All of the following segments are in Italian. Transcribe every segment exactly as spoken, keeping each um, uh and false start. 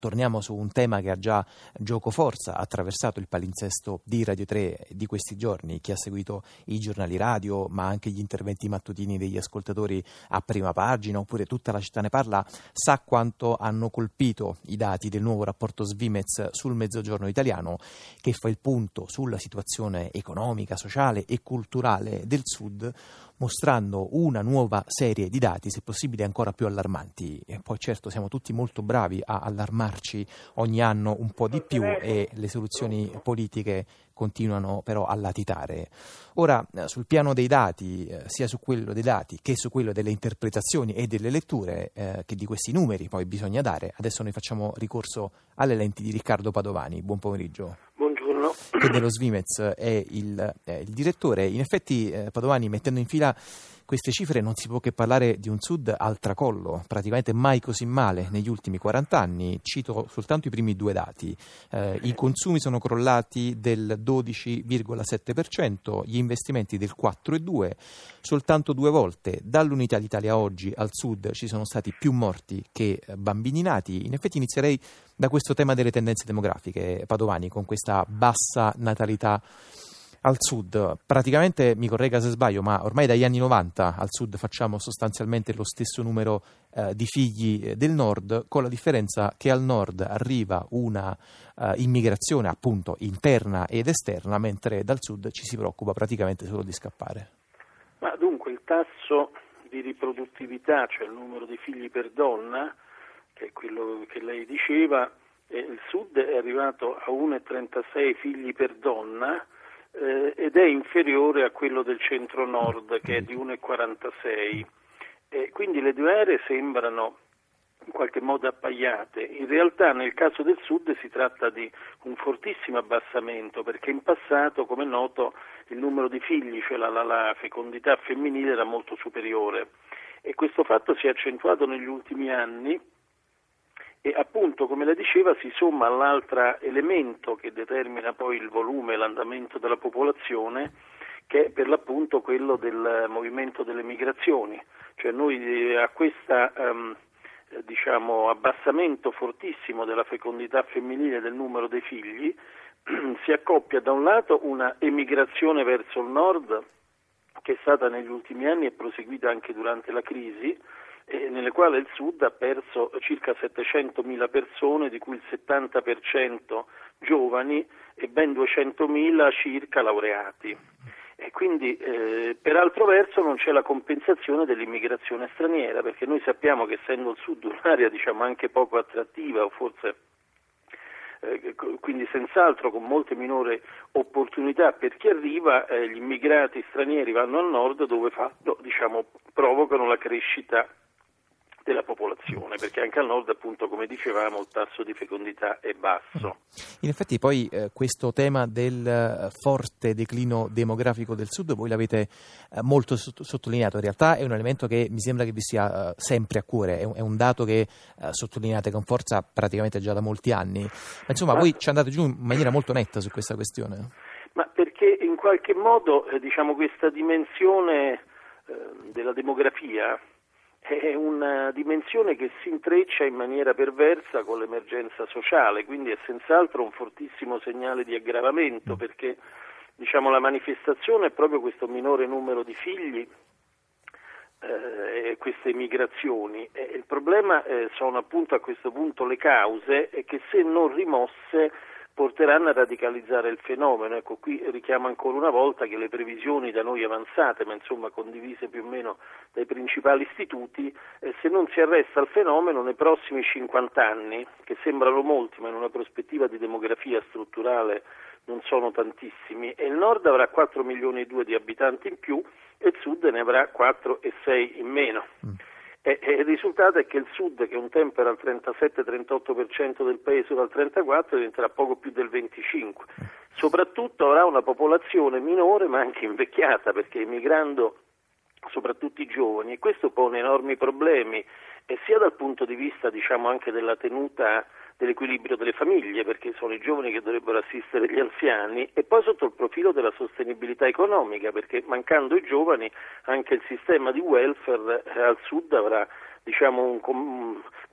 torniamo su un tema che ha già giocoforza attraversato il palinsesto di Radio tre di questi giorni. Chi ha seguito i giornali radio, ma anche gli interventi mattutini degli ascoltatori a prima pagina, oppure Tutta la città ne parla, sa quanto hanno colpito i dati del nuovo rapporto Svimez sul Mezzogiorno italiano, che fa il punto sulla situazione economica, sociale e culturale del Sud, mostrando una nuova serie di dati, se possibile ancora più allarmanti. E poi certo siamo tutti molto bravi a allarmarci ogni anno un po' di più e le soluzioni politiche continuano però a latitare. Ora, sul piano dei dati, eh, sia su quello dei dati che su quello delle interpretazioni e delle letture eh, che di questi numeri poi bisogna dare, adesso noi facciamo ricorso alle lenti di Riccardo Padovani. Buon pomeriggio. Buongiorno. Che dello Svimez è il, è il direttore. In effetti, eh, Padovani, mettendo in fila queste cifre non si può che parlare di un Sud al tracollo, praticamente mai così male negli ultimi quaranta anni. Cito soltanto i primi due dati. Eh, I consumi sono crollati del dodici virgola sette per cento, gli investimenti del quattro virgola due per cento. Soltanto due volte dall'Unità d'Italia oggi al Sud ci sono stati più morti che bambini nati. In effetti inizierei da questo tema delle tendenze demografiche, Padovani, con questa bassa natalità al Sud. Praticamente, mi corregga se sbaglio, ma ormai dagli anni novanta al Sud facciamo sostanzialmente lo stesso numero eh, di figli del Nord, con la differenza che al Nord arriva una eh, immigrazione appunto interna ed esterna, mentre dal Sud ci si preoccupa praticamente solo di scappare. Ma dunque il tasso di riproduttività, cioè il numero di figli per donna, che è quello che lei diceva, eh, il Sud è arrivato a uno virgola trentasei figli per donna, Eh, ed è inferiore a quello del centro-nord, che è di uno virgola quarantasei. Eh, quindi le due aree sembrano in qualche modo appaiate. In realtà nel caso del Sud si tratta di un fortissimo abbassamento, perché in passato, come è noto, il numero di figli, cioè la, la, la fecondità femminile, era molto superiore, e questo fatto si è accentuato negli ultimi anni. E appunto, come la diceva, si somma all'altro elemento che determina poi il volume e l'andamento della popolazione, che è per l'appunto quello del movimento delle migrazioni. Cioè noi a questo um, diciamo abbassamento fortissimo della fecondità femminile e del numero dei figli si accoppia da un lato una emigrazione verso il nord, che è stata negli ultimi anni e proseguita anche durante la crisi, nelle quali il Sud ha perso circa settecentomila persone, di cui il settanta per cento giovani e ben duecentomila circa laureati. E quindi eh, per altro verso non c'è la compensazione dell'immigrazione straniera, perché noi sappiamo che essendo il Sud un'area diciamo anche poco attrattiva, o forse eh, quindi senz'altro con molte minori opportunità per chi arriva, eh, gli immigrati stranieri vanno al nord, dove fanno, diciamo, provocano la crescita della popolazione, perché anche al nord, appunto, come dicevamo, il tasso di fecondità è basso. In effetti poi eh, questo tema del eh, forte declino demografico del Sud voi l'avete eh, molto sott- sottolineato. In realtà è un elemento che mi sembra che vi sia eh, sempre a cuore, è un, è un dato che eh, sottolineate con forza praticamente già da molti anni. Ma insomma, Ma... voi ci andate giù in maniera molto netta su questa questione. Ma perché in qualche modo eh, diciamo questa dimensione eh, della demografia è una dimensione che si intreccia in maniera perversa con l'emergenza sociale, quindi è senz'altro un fortissimo segnale di aggravamento, perché diciamo la manifestazione è proprio questo minore numero di figli eh, e queste migrazioni. E il problema eh, sono appunto a questo punto le cause, e che se non rimosse porteranno a radicalizzare il fenomeno. Ecco, qui richiamo ancora una volta che le previsioni da noi avanzate, ma insomma condivise più o meno dai principali istituti, eh, se non si arresta il fenomeno nei prossimi cinquanta anni, che sembrano molti ma in una prospettiva di demografia strutturale non sono tantissimi, e il nord avrà quattro milioni e due di abitanti in più e il sud ne avrà quattro e sei in meno. Mm. E, e il risultato è che il Sud, che un tempo era il trentasette trentotto per cento del paese, dal trentaquattro diventerà poco più del venticinque per cento. Soprattutto avrà una popolazione minore ma anche invecchiata, perché emigrando soprattutto i giovani, e questo pone enormi problemi, e sia dal punto di vista diciamo anche della tenuta dell'equilibrio delle famiglie, perché sono i giovani che dovrebbero assistere gli anziani, e poi sotto il profilo della sostenibilità economica, perché mancando i giovani anche il sistema di welfare eh, al sud avrà diciamo un, un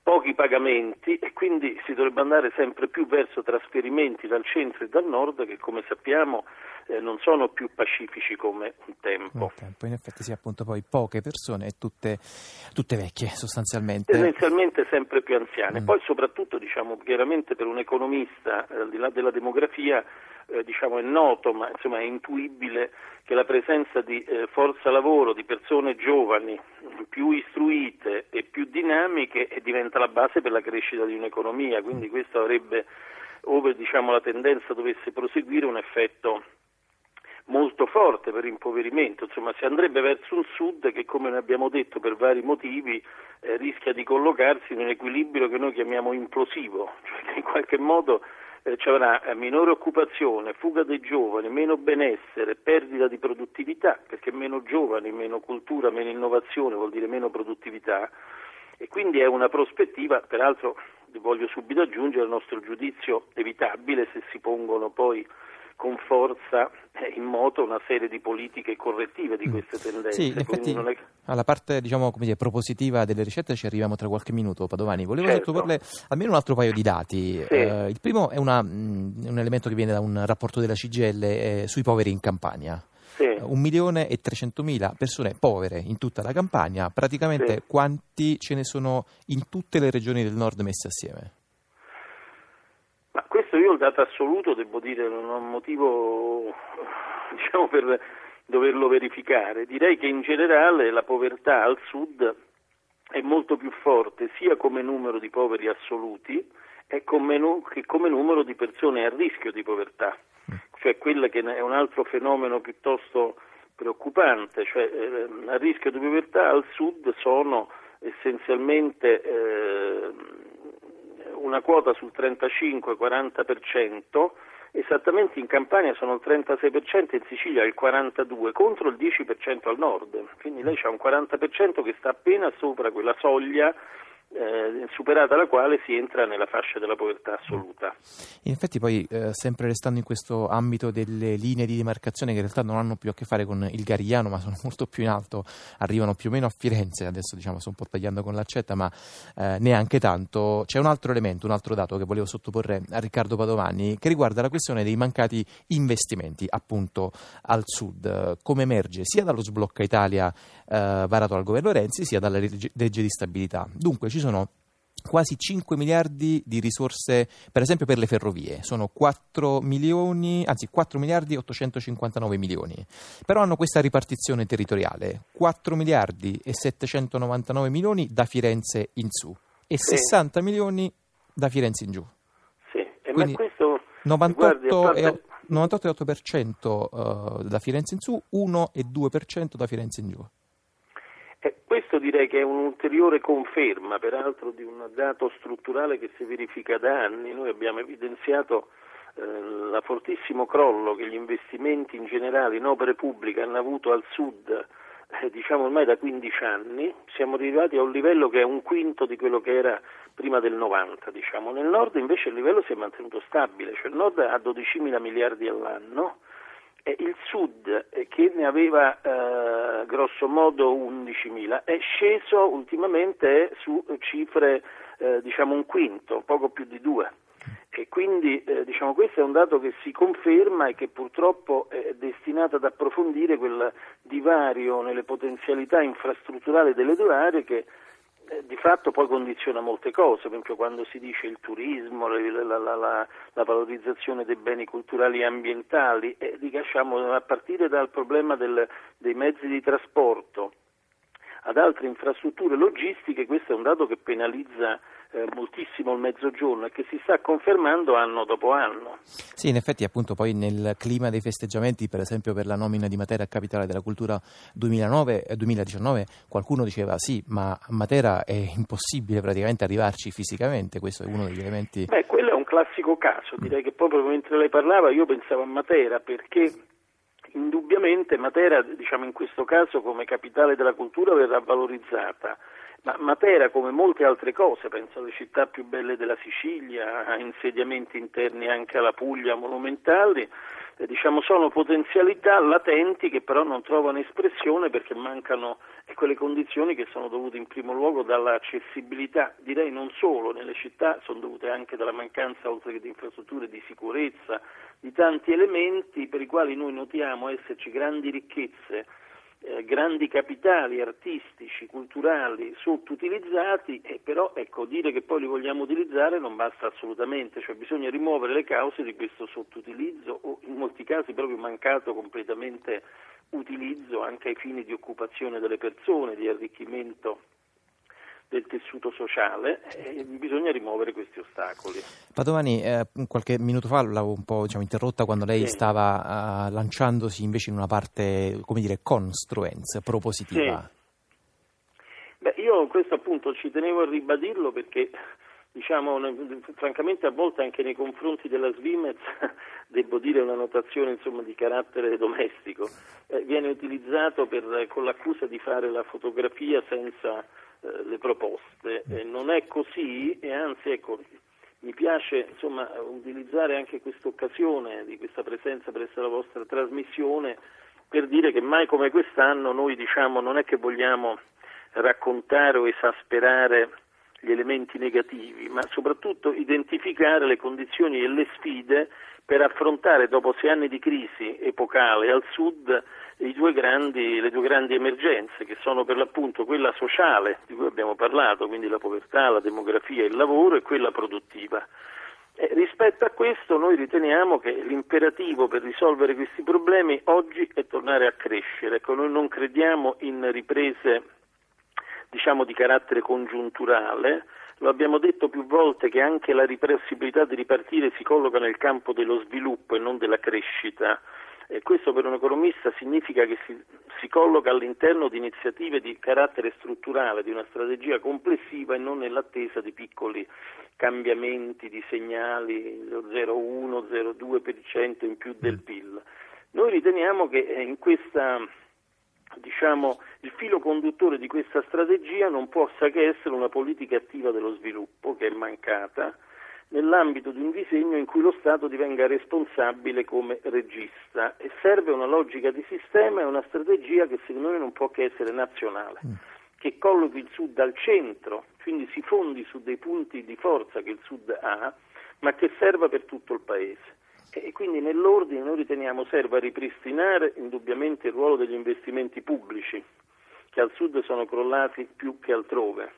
pochi pagamenti, e quindi si dovrebbe andare sempre più verso trasferimenti dal centro e dal nord che, come sappiamo, eh, non sono più pacifici come un tempo. Un tempo. In effetti sì, appunto, poi poche persone e tutte, tutte vecchie sostanzialmente. Tendenzialmente sempre più anziane. Mm. Poi soprattutto, diciamo, chiaramente per un economista, eh, al di là della demografia, eh, diciamo, è noto, ma insomma è intuibile che la presenza di eh, forza lavoro, di persone giovani, più istruite e più dinamiche, e diventa la base per la crescita di un'economia. Quindi questo avrebbe, ove diciamo la tendenza dovesse proseguire, un effetto molto forte per impoverimento. Insomma, si andrebbe verso un sud che, come ne abbiamo detto, per vari motivi eh, rischia di collocarsi in un equilibrio che noi chiamiamo implosivo, cioè che in qualche modo eh, ci avrà minore occupazione, fuga dei giovani, meno benessere, perdita di produttività, perché meno giovani, meno cultura, meno innovazione vuol dire meno produttività, e quindi è una prospettiva, peraltro voglio subito aggiungere, il nostro giudizio evitabile se si pongono poi con forza in moto una serie di politiche correttive di queste tendenze. Sì, in effetti non è... alla parte, diciamo, come dire, propositiva delle ricette ci arriviamo tra qualche minuto, Padovani. Volevo certo. sottoporle almeno un altro paio di dati. Sì. Eh, il primo è una, mh, un elemento che viene da un rapporto della C G I L eh, sui poveri in Campania. Sì. Un milione e trecentomila persone povere in tutta la Campania. Praticamente sì. quanti ce ne sono in tutte le regioni del nord messe assieme? Ma questo io il dato assoluto, devo dire, non ho motivo, diciamo, per doverlo verificare. Direi che in generale la povertà al sud è molto più forte sia come numero di poveri assoluti e come, che come numero di persone a rischio di povertà, cioè quella che è un altro fenomeno piuttosto preoccupante, cioè eh, a rischio di povertà al sud sono essenzialmente eh, una quota sul trentacinque quaranta per cento, esattamente in Campania sono il trentasei per cento, in Sicilia il quarantadue per cento contro il dieci per cento al nord, quindi lei c'ha un quaranta per cento che sta appena sopra quella soglia eh, superata la quale si entra nella fascia della povertà assoluta. In effetti poi eh, sempre restando in questo ambito delle linee di demarcazione che in realtà non hanno più a che fare con il Garigliano ma sono molto più in alto, arrivano più o meno a Firenze, adesso diciamo sto un po' tagliando con l'accetta ma eh, neanche tanto, c'è un altro elemento, un altro dato che volevo sottoporre a Riccardo Padovani che riguarda la questione dei mancati investimenti appunto al sud, come emerge sia dallo sblocca Italia eh, varato dal governo Renzi sia dalla legge, legge di stabilità. Dunque ci sono quasi cinque miliardi di risorse, per esempio per le ferrovie, sono quattro milioni, anzi quattro miliardi ottocentocinquantanove milioni, però hanno questa ripartizione territoriale, quattro miliardi e settecentonovantanove milioni da Firenze in su e sì. sessanta milioni da Firenze in giù. Sì, e quindi ma questo novantotto guardi, e novantotto virgola otto per cento uh, da Firenze in su, uno virgola due per cento da Firenze in giù. Eh, questo direi che è un'ulteriore conferma, peraltro, di un dato strutturale che si verifica da anni. Noi abbiamo evidenziato eh, la fortissimo crollo che gli investimenti in generale in opere pubbliche hanno avuto al sud, eh, diciamo ormai da quindici anni. Siamo arrivati a un livello che è un quinto di quello che era prima del novanta, diciamo. Nel nord invece il livello si è mantenuto stabile, cioè il nord ha dodicimila miliardi all'anno, il sud, che ne aveva eh, grosso modo undicimila, è sceso ultimamente su cifre eh, diciamo un quinto, poco più di due, e quindi eh, diciamo questo è un dato che si conferma e che purtroppo è destinato ad approfondire quel divario nelle potenzialità infrastrutturali delle due aree che Eh, di fatto poi condiziona molte cose, per esempio quando si dice il turismo, la, la, la, la, la valorizzazione dei beni culturali e ambientali, eh, diciamo, a partire dal problema del, dei mezzi di trasporto ad altre infrastrutture logistiche, questo è un dato che penalizza eh, moltissimo il mezzogiorno e che si sta confermando anno dopo anno. Sì, in effetti appunto poi nel clima dei festeggiamenti, per esempio per la nomina di Matera a Capitale della Cultura duemilanove, eh, duemiladiciannove, qualcuno diceva sì, ma a Matera è impossibile praticamente arrivarci fisicamente, questo è uno degli elementi... Beh, quello è un classico caso, direi che proprio mentre lei parlava io pensavo a Matera, perché indubbiamente Matera, diciamo in questo caso come capitale della cultura, verrà valorizzata Ma Matera, come molte altre cose, penso alle città più belle della Sicilia, a insediamenti interni anche alla Puglia monumentali, eh, diciamo sono potenzialità latenti che però non trovano espressione perché mancano eh, quelle condizioni che sono dovute in primo luogo dall'accessibilità, direi non solo nelle città, sono dovute anche dalla mancanza, oltre che di infrastrutture, di sicurezza, di tanti elementi per i quali noi notiamo esserci grandi ricchezze, Eh, grandi capitali artistici, culturali sottoutilizzati, e però ecco, dire che poi li vogliamo utilizzare non basta assolutamente, cioè bisogna rimuovere le cause di questo sottoutilizzo o in molti casi proprio mancato completamente utilizzo anche ai fini di occupazione delle persone, di arricchimento del tessuto sociale, e bisogna rimuovere questi ostacoli. Padovani, eh, qualche minuto fa l'avevo un po' diciamo, interrotta quando lei sì. stava uh, lanciandosi invece in una parte, come dire, construens, propositiva. Sì. Beh, io questo appunto ci tenevo a ribadirlo perché, diciamo, francamente a volte anche nei confronti della Svimez devo dire una notazione insomma di carattere domestico, eh, viene utilizzato per, con l'accusa di fare la fotografia senza le proposte, eh, non è così, e anzi ecco mi piace insomma utilizzare anche questa occasione di questa presenza presso la vostra trasmissione per dire che mai come quest'anno noi diciamo non è che vogliamo raccontare o esasperare gli elementi negativi, ma soprattutto identificare le condizioni e le sfide per affrontare dopo sei anni di crisi epocale al Sud i due grandi, le due grandi emergenze, che sono per l'appunto quella sociale di cui abbiamo parlato, quindi la povertà, la demografia, il lavoro, e quella produttiva. E rispetto a questo noi riteniamo che l'imperativo per risolvere questi problemi oggi è tornare a crescere. Ecco, noi non crediamo in riprese diciamo di carattere congiunturale. Lo abbiamo detto più volte che anche la possibilità di ripartire si colloca nel campo dello sviluppo e non della crescita, e questo per un economista significa che si, si colloca all'interno di iniziative di carattere strutturale, di una strategia complessiva e non nell'attesa di piccoli cambiamenti, di segnali, zero virgola uno zero virgola due per cento in più del P I L. Noi riteniamo che in questa diciamo il filo conduttore di questa strategia non possa che essere una politica attiva dello sviluppo, che è mancata, nell'ambito di un disegno in cui lo Stato divenga responsabile come regista, e serve una logica di sistema e una strategia che secondo noi non può che essere nazionale, mm. che collochi il Sud al centro, quindi si fondi su dei punti di forza che il Sud ha, ma che serva per tutto il Paese. E quindi nell'ordine noi riteniamo serva ripristinare indubbiamente il ruolo degli investimenti pubblici, che al Sud sono crollati più che altrove.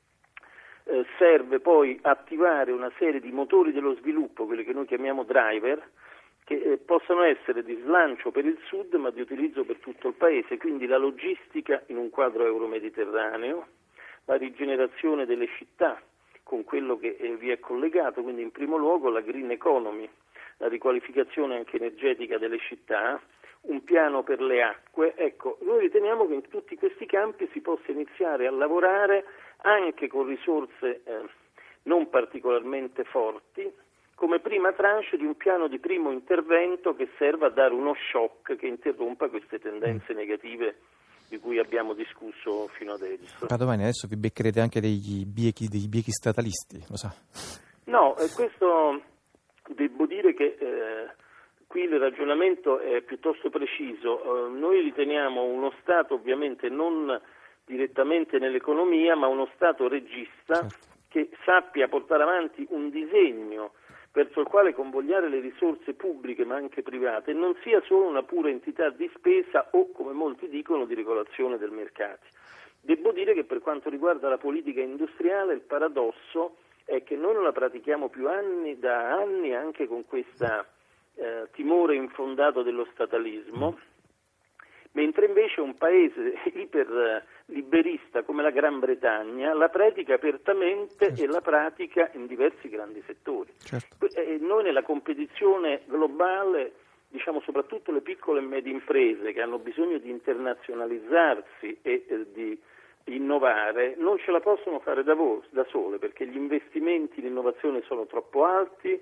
Eh, serve poi attivare una serie di motori dello sviluppo, quelli che noi chiamiamo driver, che eh, possono essere di slancio per il Sud ma di utilizzo per tutto il Paese, quindi la logistica in un quadro euromediterraneo, la rigenerazione delle città con quello che eh, vi è collegato, quindi in primo luogo la green economy, la riqualificazione anche energetica delle città, un piano per le acque. Ecco, noi riteniamo che in tutti questi campi si possa iniziare a lavorare anche con risorse eh, non particolarmente forti, come prima tranche di un piano di primo intervento che serva a dare uno shock che interrompa queste tendenze negative di cui abbiamo discusso fino adesso. Padovani, adesso vi beccherete anche degli biechi, dei biechi statalisti, lo sa? No, eh, questo devo dire che eh, qui il ragionamento è piuttosto preciso. Eh, noi riteniamo uno Stato ovviamente non direttamente nell'economia, ma uno Stato regista, certo, che sappia portare avanti un disegno verso il quale convogliare le risorse pubbliche ma anche private, e non sia solo una pura entità di spesa o, come molti dicono, di regolazione del mercato. Devo dire che per quanto riguarda la politica industriale il paradosso è che noi non la pratichiamo più anni da anni, anche con questo eh, timore infondato dello statalismo, mentre invece un paese iperliberista come la Gran Bretagna la pratica apertamente, certo, e la pratica in diversi grandi settori. Certo. E noi nella competizione globale, diciamo soprattutto le piccole e medie imprese che hanno bisogno di internazionalizzarsi e eh, di innovare, non ce la possono fare da, vo- da sole, perché gli investimenti in innovazione sono troppo alti,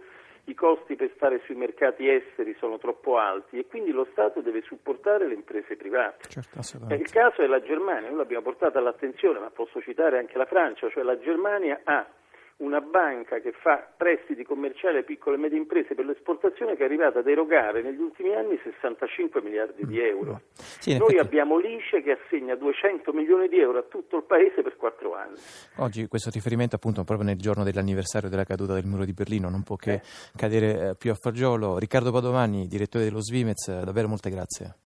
i costi per stare sui mercati esteri sono troppo alti e quindi lo Stato deve supportare le imprese private. Certo, Eh, il caso è la Germania, noi l'abbiamo portata all'attenzione, ma posso citare anche la Francia, cioè la Germania ha una banca che fa prestiti commerciali a piccole e medie imprese per l'esportazione che è arrivata ad erogare negli ultimi anni sessantacinque miliardi di euro. Sì, Noi effetti... abbiamo l'I C E che assegna duecento milioni di euro a tutto il paese per quattro anni. Oggi questo riferimento appunto proprio nel giorno dell'anniversario della caduta del muro di Berlino non può che Eh. cadere eh, più a fagiolo. Riccardo Padovani, direttore dello Svimez, davvero molte grazie.